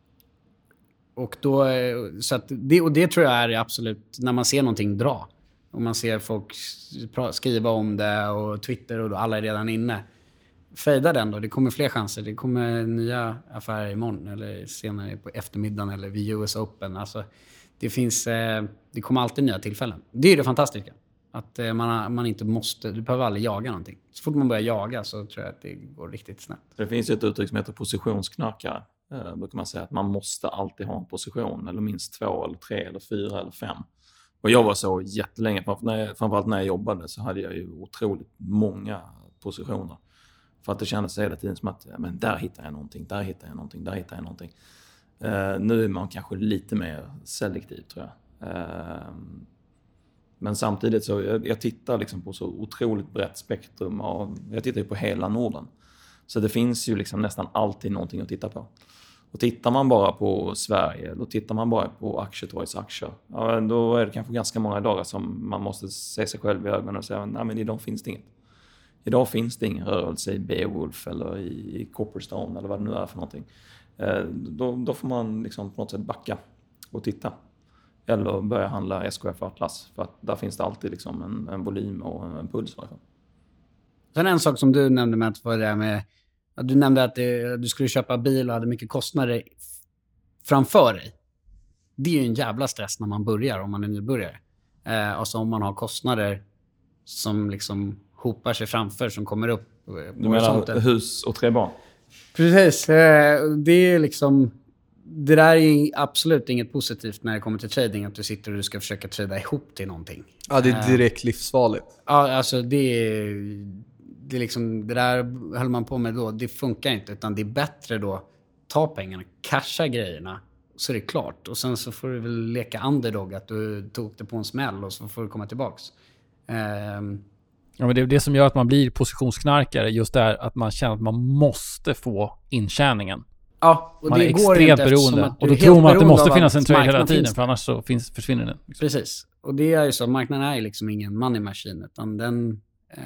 och då... Så att det, och det tror jag är absolut, när man ser någonting dra. Och man ser folk skriva om det och Twitter och då alla är redan inne. Fejda den då, det kommer fler chanser. Det kommer nya affärer imorgon eller senare på eftermiddagen eller vid U S Open. Alltså, det finns, eh, det kommer alltid nya tillfällen. Det är det fantastiska. Att eh, man, man inte måste, du behöver aldrig jaga någonting. Så fort man börjar jaga så tror jag att det går riktigt snabbt. Det finns ett uttryck som heter positionsknarkare. Eh, brukar man säga att man måste alltid ha en position. Eller minst två, eller tre, eller fyra, eller fem. Och jag var så jättelänge, framförallt när jag jobbade så hade jag ju otroligt många positioner. För att det kändes hela tiden som att men där hittar jag någonting, där hittar jag någonting, där hittar jag någonting. Uh, nu är man kanske lite mer selektiv tror jag. Uh, men samtidigt så jag, jag tittar liksom på så otroligt brett spektrum av, jag tittar ju på hela Norden. Så det finns ju liksom nästan alltid någonting att titta på. Och tittar man bara på Sverige, då tittar man bara på Aktietorgs aktier. Ja, då är det kanske ganska många dagar som man måste se sig själv i ögonen och säga nej men idag finns det inget. Idag finns det ingen rörelse i Beowulf eller i Copperstone eller vad det nu är för någonting. Eh, då, då får man liksom på något sätt backa och titta. Eller börja handla S K F Atlas för att där finns det alltid liksom en, en volym och en puls. Sen en sak som du nämnde med att var det där med du nämnde att det, du skulle köpa bil och hade mycket kostnader framför dig. Det är ju en jävla stress när man börjar, om man är nybörjare. Eh, alltså om man har kostnader som liksom hopar sig framför, som kommer upp. Du menar hus och tre barn? Precis. Det är liksom... Det där är absolut inget positivt när det kommer till trading, att du sitter och du ska försöka trada ihop till någonting. Ja, det är direkt livsfarligt. Ja, alltså det är, det är liksom, det där höll man på med då, det funkar inte, utan det är bättre då ta pengarna, casha grejerna, så är det klart. Och sen så får du väl leka underdog, att du tog det på en smäll och så får du komma tillbaks. Um, Ja, men det är det som gör att man blir positionsknarkare, just där att man känner att man måste få intjäningen. Ja, och man det är går extremt inte, beroende. att Och då tror man att det måste finnas en trade hela tiden, för annars så finns, försvinner den. Liksom. Precis. Och det är ju så, marknaden är ju liksom ingen money machine, utan den,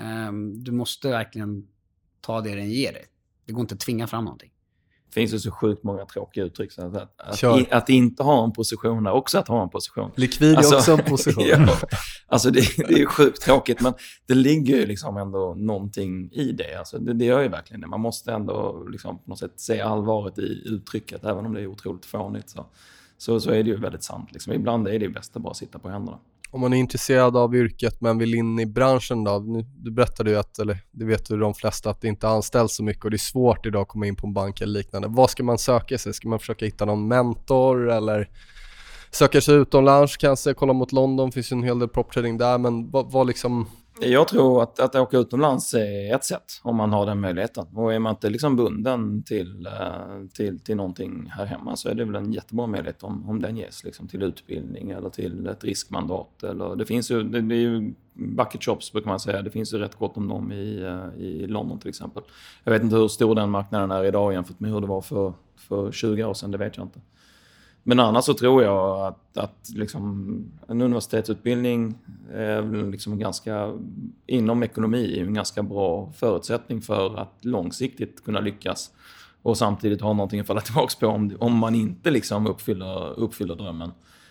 um, du måste verkligen ta det den ger dig. Det går inte att tvinga fram någonting. Det finns ju så sjukt många tråkiga uttryck. Så att, att, in, att inte ha en position är också att ha en position. Likvid är alltså, också en position. Ja, alltså det, det är ju sjukt tråkigt, men det ligger ju liksom ändå någonting i det. Alltså det, det gör ju verkligen det. Man måste ändå liksom på något sätt se allvaret i uttrycket, även om det är otroligt fånigt. Så, så, så är det ju väldigt sant. Liksom. Ibland är det ju bäst att bara sitta på händerna. Om man är intresserad av yrket men vill in i branschen då, nu, du berättade ju att, eller det vet ju de flesta, att det inte anställs så mycket och det är svårt idag att komma in på en bank eller liknande. Vad ska man söka sig? Ska man försöka hitta någon mentor eller söka sig utomlands kanske? Kolla mot London, finns ju en hel del prop trading där, men vad, vad liksom... Jag tror att, att åka utomlands är ett sätt om man har den möjligheten. Och är man inte liksom bunden till, till, till någonting här hemma, så är det väl en jättebra möjlighet om, om den ges liksom till utbildning eller till ett riskmandat. Eller, det finns ju, det, det är ju bucket shops brukar man säga. Det finns ju rätt gott om dem i, i London till exempel. Jag vet inte hur stor den marknaden är idag jämfört med hur det var för, för tjugo år sedan, det vet jag inte. Men annars så tror jag att, att liksom en universitetsutbildning är liksom ganska, inom ekonomi är en ganska bra förutsättning för att långsiktigt kunna lyckas och samtidigt ha någonting att falla tillbaka på om, om man inte liksom uppfyller, uppfyller drömmen.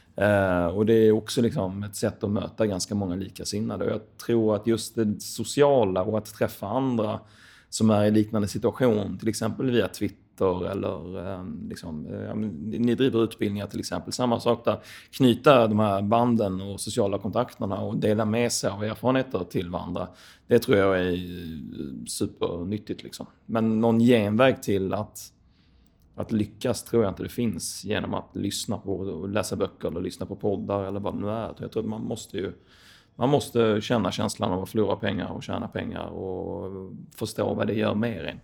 Eh, och det är också liksom ett sätt att möta ganska många likasinnade. Och jag tror att just det sociala och att träffa andra som är i liknande situation, till exempel via Twitter eller eh, liksom, eh, ni driver utbildningar till exempel, samma sak där, knyta de här banden och sociala kontakterna och dela med sig av erfarenheter till varandra, det tror jag är supernyttigt liksom. Men någon genväg till att att lyckas tror jag inte det finns genom att lyssna på och läsa böcker eller lyssna på poddar eller vad det nu är. Jag tror att man måste ju man måste känna känslan av att förlora pengar och tjäna pengar och förstå vad det gör med en.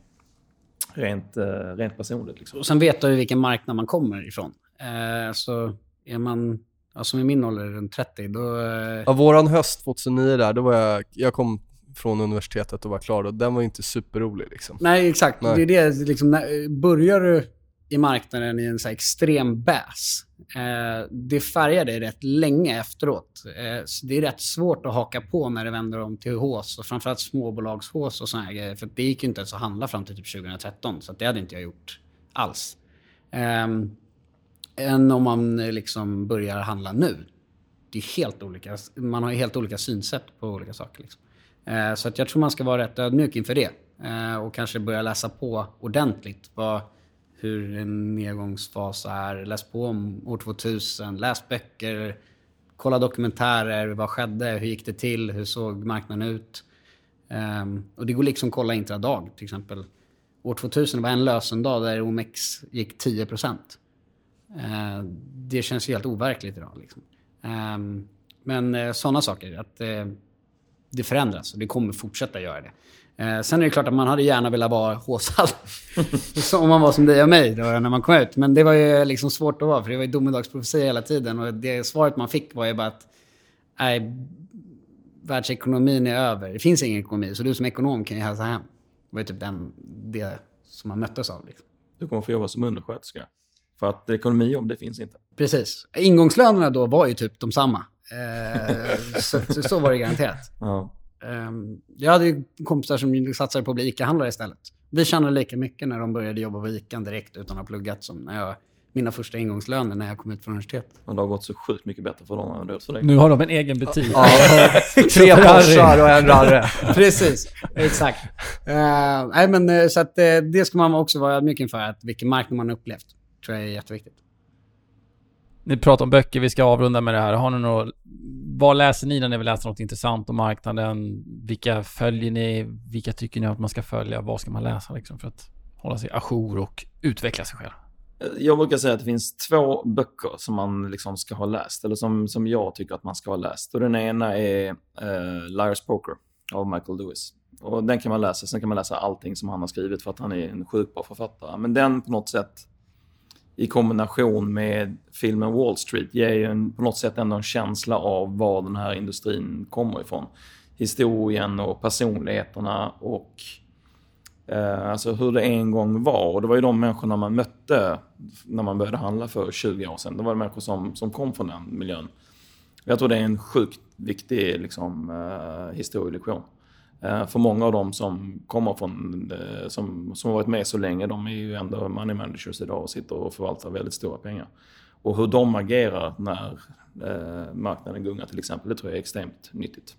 Rent, rent personligt. Liksom. Och sen vet du vilken marknad man kommer ifrån. Eh, så är man, alltså med min ålder runt trettio, då... Eh... Ja, våran höst tjugohundranio där, då var jag, jag kom från universitetet och var klar och den var inte superrolig liksom. Nej, exakt. Nej. Det är det, liksom, när, börjar du i marknaden i en så här extrem bass, eh, det färgar dig rätt länge efteråt. Eh, så det är rätt svårt att haka på när det vänder om till hås och framförallt småbolagshås och såna här grejer. För det gick ju inte ens att handla fram till typ tjugohundratretton, så det hade inte jag gjort alls. Eh, än om man liksom börjar handla nu. Det är helt olika, man har ju helt olika synsätt på olika saker liksom. Eh, så att jag tror man ska vara rätt ödmjuk inför det. Eh, och kanske börja läsa på ordentligt vad hur en nedgångsfas är. Läs på om år tvåtusen, läs böcker, kolla dokumentärer, vad skedde, hur gick det till, hur såg marknaden ut. Um, och det går liksom att kolla intradag, till exempel. År tvåtusen var en lösendag där O M X gick tio procent. Uh, det känns ju helt overkligt idag. Liksom. Um, men uh, sådana saker, att uh, det förändras och det kommer fortsätta göra det. Eh, sen är det klart att man hade gärna velat vara håsad om man var som dig och mig då, när man kom ut. Men det var ju liksom svårt att vara, för det var ju domedagsprofetia hela tiden. Och det svaret man fick var ju bara att nej, världsekonomin är över. Det finns ingen ekonomi, så du som ekonom kan ju hälsa hem. Det var ju typ den, det som man möttes av. Liksom. Du kommer få jobba som undersköterska. För att ekonomijobb, det finns inte. Precis. Ingångslönerna då var ju typ de samma. Eh, så, så, så var det garanterat. Ja. Um, jag hade ju kompisar som satsade på att bli ICA-handlare istället. Vi tjänade lika mycket när de började jobba på ICA direkt utan att ha pluggat som när jag, mina första ingångslöner när jag kom ut från universitet. Och det har gått så sjukt mycket bättre för dem än det för dig. Nu har de en egen butik. Ja, tre Porschar och en rarre. Precis, exakt. Uh, nej, men, så att, uh, det ska man också vara mycket inför, att vilken marknad man har upplevt. Tror jag är jätteviktigt. Ni pratar om böcker, vi ska avrunda med det här. Har ni några, vad läser ni när ni vill läsa något intressant om marknaden? Vilka följer ni? Vilka tycker ni att man ska följa? Vad ska man läsa liksom för att hålla sig ajour och utveckla sig själv? Jag brukar säga att det finns två böcker som man liksom ska ha läst, eller som, som jag tycker att man ska ha läst. Och den ena är uh, Liar's Poker av Michael Lewis. Och den kan man läsa, sen kan man läsa allting som han har skrivit för att han är en sjukt bra författare. Men den på något sätt i kombination med filmen Wall Street ger ju en, på något sätt ändå en känsla av var den här industrin kommer ifrån. Historien och personligheterna och eh, alltså hur det en gång var. Och det var ju de människorna man mötte när man började handla för tjugo år sedan. Det var det människor som, som kom från den miljön. Jag tror det är en sjukt viktig liksom, eh, historielektion. Uh, för många av dem som kommer från uh, som, som har varit med så länge, de är ju ändå money managers idag och sitter och förvaltar väldigt stora pengar. Och hur de agerar när uh, marknaden gungar till exempel, det tror jag är extremt nyttigt.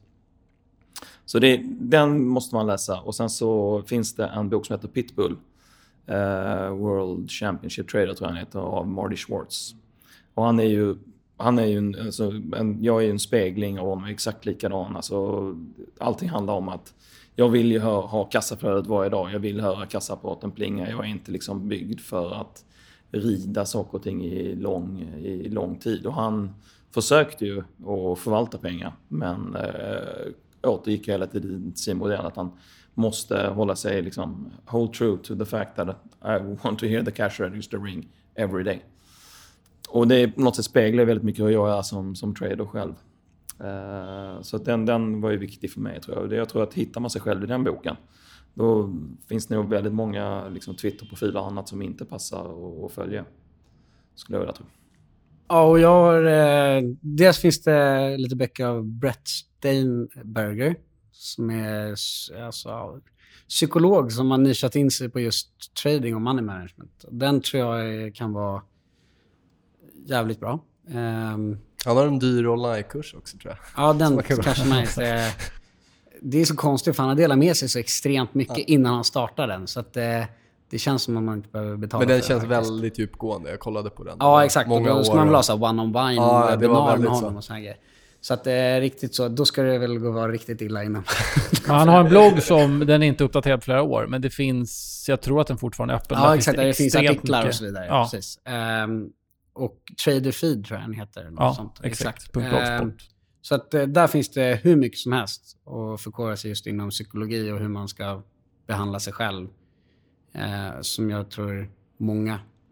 Så det, den måste man läsa. Och sen så finns det en bok som heter Pitbull, uh, World Championship Trader tror jag han heter, av Marty Schwartz. Och han är ju Han är ju en, alltså, en, jag är ju en spegling av honom, exakt likadan. Alltså, allting handlar om att jag vill ju ha, ha kassaflödet varje dag. Jag vill höra kassaapparaten plinga. Jag är inte liksom byggd för att rida saker och ting i lång, i lång tid. Och han försökte ju att förvalta pengar. Men äh, återgick hela tiden till sin modell att han måste hålla sig liksom, hold true to the fact that I want to hear the cash register ring every day. Och det är på något sätt speglar väldigt mycket hur jag är som, som trader själv. Uh, så att den, den var ju viktig för mig tror jag. Och det, jag tror att hittar man sig själv i den boken, då finns det nog väldigt många liksom, Twitter-profiler och annat som inte passar att, att följa. Skulle jag vilja tro. Ja, och jag har... Eh, dels finns det lite böcker av Brett Steinberger som är alltså, psykolog som har nischat in sig på just trading och money management. Den tror jag kan vara jävligt bra. Um, Han har en dyr online-kurs också tror jag. Ja, den kanske man inte... Det är så konstigt för han har delat med sig så extremt mycket ja. innan han startar den. Så att det, det känns som att man inte behöver betala. Men den för känns det, väldigt djupgående. Jag kollade på den. Ja, exakt. Många då ska man väl ha så one-on-one ja, webinar med honom och såna grejer. Så att det är riktigt så. Då ska det väl gå vara riktigt illa innan. Han har en blogg som, den är inte uppdaterad flera år. Men det finns, jag tror att den fortfarande är öppen. Ja, exakt. Det, det finns artiklar mycket. Och så vidare. Ja. Precis. Um, och Trader Feed tror jag den heter. Ja, sånt. exakt. exakt. Um, så att uh, där finns det hur mycket som helst att förkovra sig just inom psykologi och hur man ska behandla sig själv. Uh, som jag tror många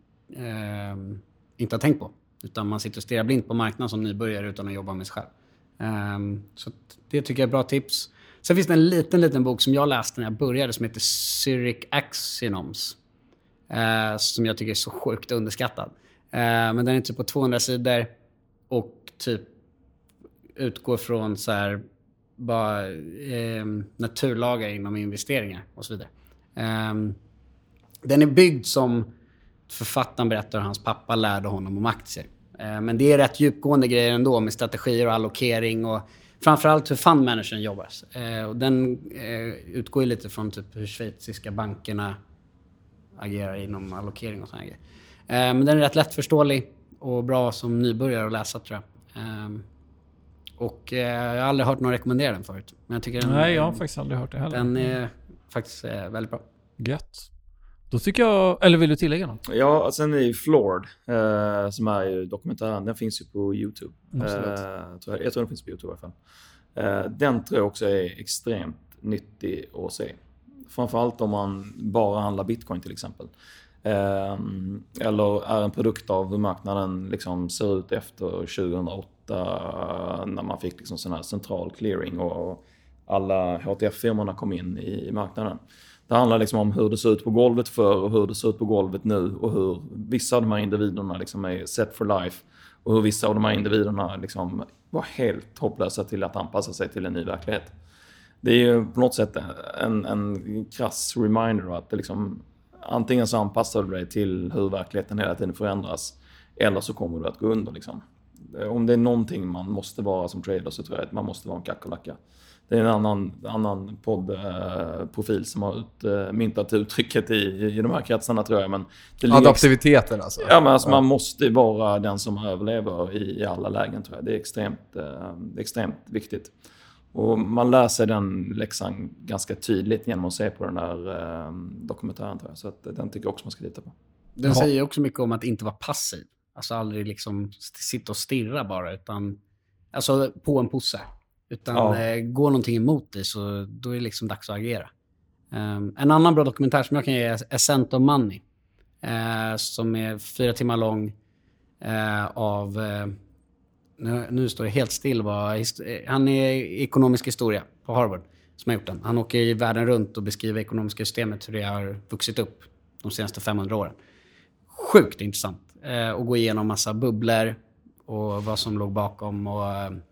uh, inte har tänkt på. Utan man sitter och stirrar blint på marknaden som nybörjare utan att jobba med sig själv. Um, så att det tycker jag är bra tips. Sen finns det en liten, liten bok som jag läste när jag började som heter Zurich Axioms. Uh, som jag tycker är så sjukt underskattad. Uh, men den är typ på tvåhundra sidor och typ utgår från så här bara eh, naturlagar inom investeringar och så vidare. Um, den är byggd som författaren berättar hans pappa lärde honom om aktier. Uh, men det är rätt djupgående grejer ändå med strategier och allokering och framförallt hur fundmanagern jobbar. Uh, och den uh, utgår ju lite från typ hur schweiziska bankerna agerar inom allokering och sådana grejer. Uh, men den är rätt lättförståelig och bra som nybörjare att läsa tror jag. Uh, Och eh, jag har aldrig hört någon rekommendera den förut. Men jag tycker den, Nej, jag har faktiskt aldrig hört det heller. Den är faktiskt eh, väldigt bra. Gött. Då tycker jag... Eller vill du tillägga något? Ja, sen är ju Floored, eh, som är ju dokumentären. Den finns ju på YouTube. Mm, eh, tror jag, jag tror den finns på YouTube i alla fall. Eh, den tror jag också är extremt nyttig att se. Framförallt om man bara handlar bitcoin till exempel. Eh, eller är en produkt av hur marknaden liksom ser ut efter tjugohundraåtta. När man fick liksom sån här central clearing och alla H T F-firmorna kom in i marknaden. Det handlar liksom om hur det ser ut på golvet för och hur det ser ut på golvet nu och hur vissa av de här individerna liksom är set for life och hur vissa av de här individerna liksom var helt hopplösa till att anpassa sig till en ny verklighet. Det är ju på något sätt en, en krass reminder att det liksom, antingen så anpassar du dig till hur verkligheten hela tiden förändras eller så kommer du att gå under liksom. Om det är någonting man måste vara som trader så tror jag att man måste vara en kackerlacka. Det är en annan, annan poddprofil eh, som har ut, eh, myntat uttrycket i, i de här kretsarna tror jag. Men det adaptiviteten alltså. Ja, men alltså ja. Man måste vara den som överlever i, i alla lägen tror jag. Det är extremt, eh, extremt viktigt. Och man läser den läxan ganska tydligt genom att se på den där eh, dokumentären. Tror jag. Så att, den tycker jag också man ska lita på. Den Jaha. säger också mycket om att inte vara passiv. Alltså aldrig liksom sitta och stirra bara. Utan, alltså på en posse. Utan ja. eh, går någonting emot dig så då är det liksom dags att agera. Um, en annan bra dokumentär som jag kan ge är Ascent of Money. Uh, som är fyra timmar lång uh, av... Uh, nu, nu står det helt still. Bara, han är ekonomisk historia på Harvard som har gjort den. Han åker i världen runt och beskriver ekonomiska systemet, hur det har vuxit upp de senaste femhundra åren. Sjukt intressant. Uh, och gå igenom massa bubblor och vad som låg bakom och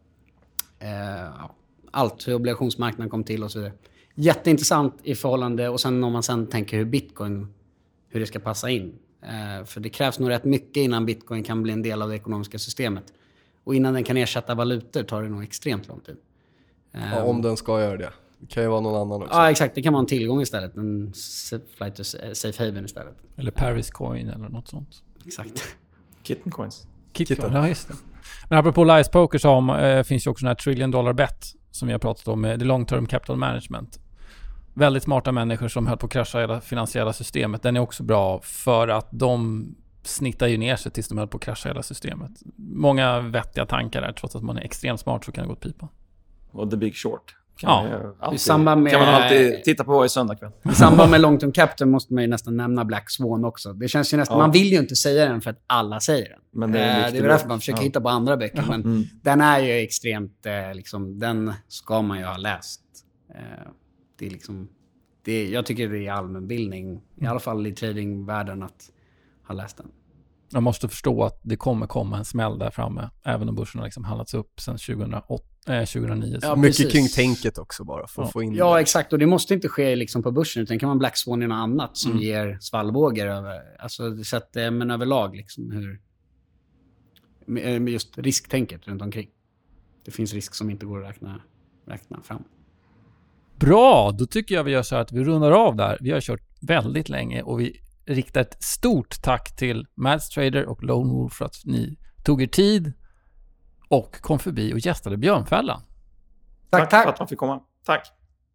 uh, allt, hur obligationsmarknaden kom till och så vidare. Jätteintressant i förhållande, och sen om man sen tänker hur bitcoin, hur det ska passa in. Eh, för det krävs nog rätt mycket innan bitcoin kan bli en del av det ekonomiska systemet. Och innan den kan ersätta valutor tar det nog extremt lång tid. Eh, ja, om den ska göra det. Det kan ju vara någon annan också. Ja, exakt. Det kan vara en tillgång istället. En flight to safe haven istället. Eller Paris coin eller något sånt. Exakt. Kitten coins. Kitten, Kitten. Ja, just det. Men apropå Lies Poker så om, eh, finns ju också den här trillion dollar bet som vi har pratat om, det long term capital management. Väldigt smarta människor som höll på att krascha hela finansiella systemet. Den är också bra för att de snittar ju ner sig tills de höll på att krascha hela systemet. Många vettiga tankar där, trots att man är extremt smart så kan det gå åt pipan. Och The Big Short. Kan, ja. man alltid, I samband med, kan man alltid titta på i söndag kväll. I samband med long term capital måste man ju nästan nämna Black Swan också. Det känns ju nästan, ja. Man vill ju inte säga den för att alla säger den. Men det är, eh, det är därför man försöker ja. hitta på andra böcker. Ja. Men mm. den är ju extremt, eh, liksom, den ska man ju ha läst. Eh, det är liksom, det, jag tycker det är allmänbildning, mm. i alla fall i tradingvärlden, att ha läst den. Man måste förstå att det kommer komma en smäll där framme, även om börsen har liksom handlats upp sedan tjugohundraåtta, eh, tjugohundranio. Ja, mycket kring tänket också bara för att ja. få in Ja, det. exakt. Och det måste inte ske liksom på börsen, utan det kan vara Black Swan i något annat som mm. ger svallvågor över, alltså, så att, men överlag liksom hur med just risktänket runt omkring. Det finns risk som inte går att räkna, räkna fram. Bra, då tycker jag vi gör så här att vi rundar av där. Vi har kört väldigt länge och vi riktar ett stort tack till Mads Trader och Lone Wolf för att ni tog er tid och kom förbi och gästade Björnfällan. Tack, tack, tack för att man fick komma. Tack.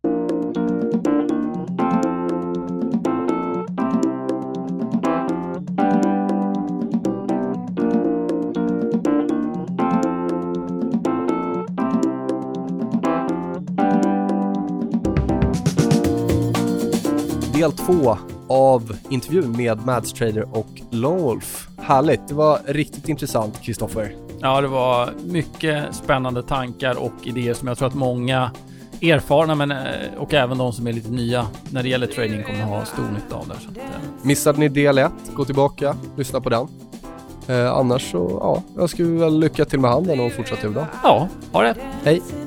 Del två av intervjun med Mads Trader och Lone Wolf. Härligt, det var riktigt intressant, Kristoffer. Ja, det var mycket spännande tankar och idéer som jag tror att många erfarna men, och även de som är lite nya när det gäller trading kommer ha stor nytta av det. Så att, eh. Missade ni del ett, gå tillbaka, lyssna på den. Eh, annars så, ja, jag skulle väl lycka till med handen och fortsätta idag. Ja, ha det. Hej.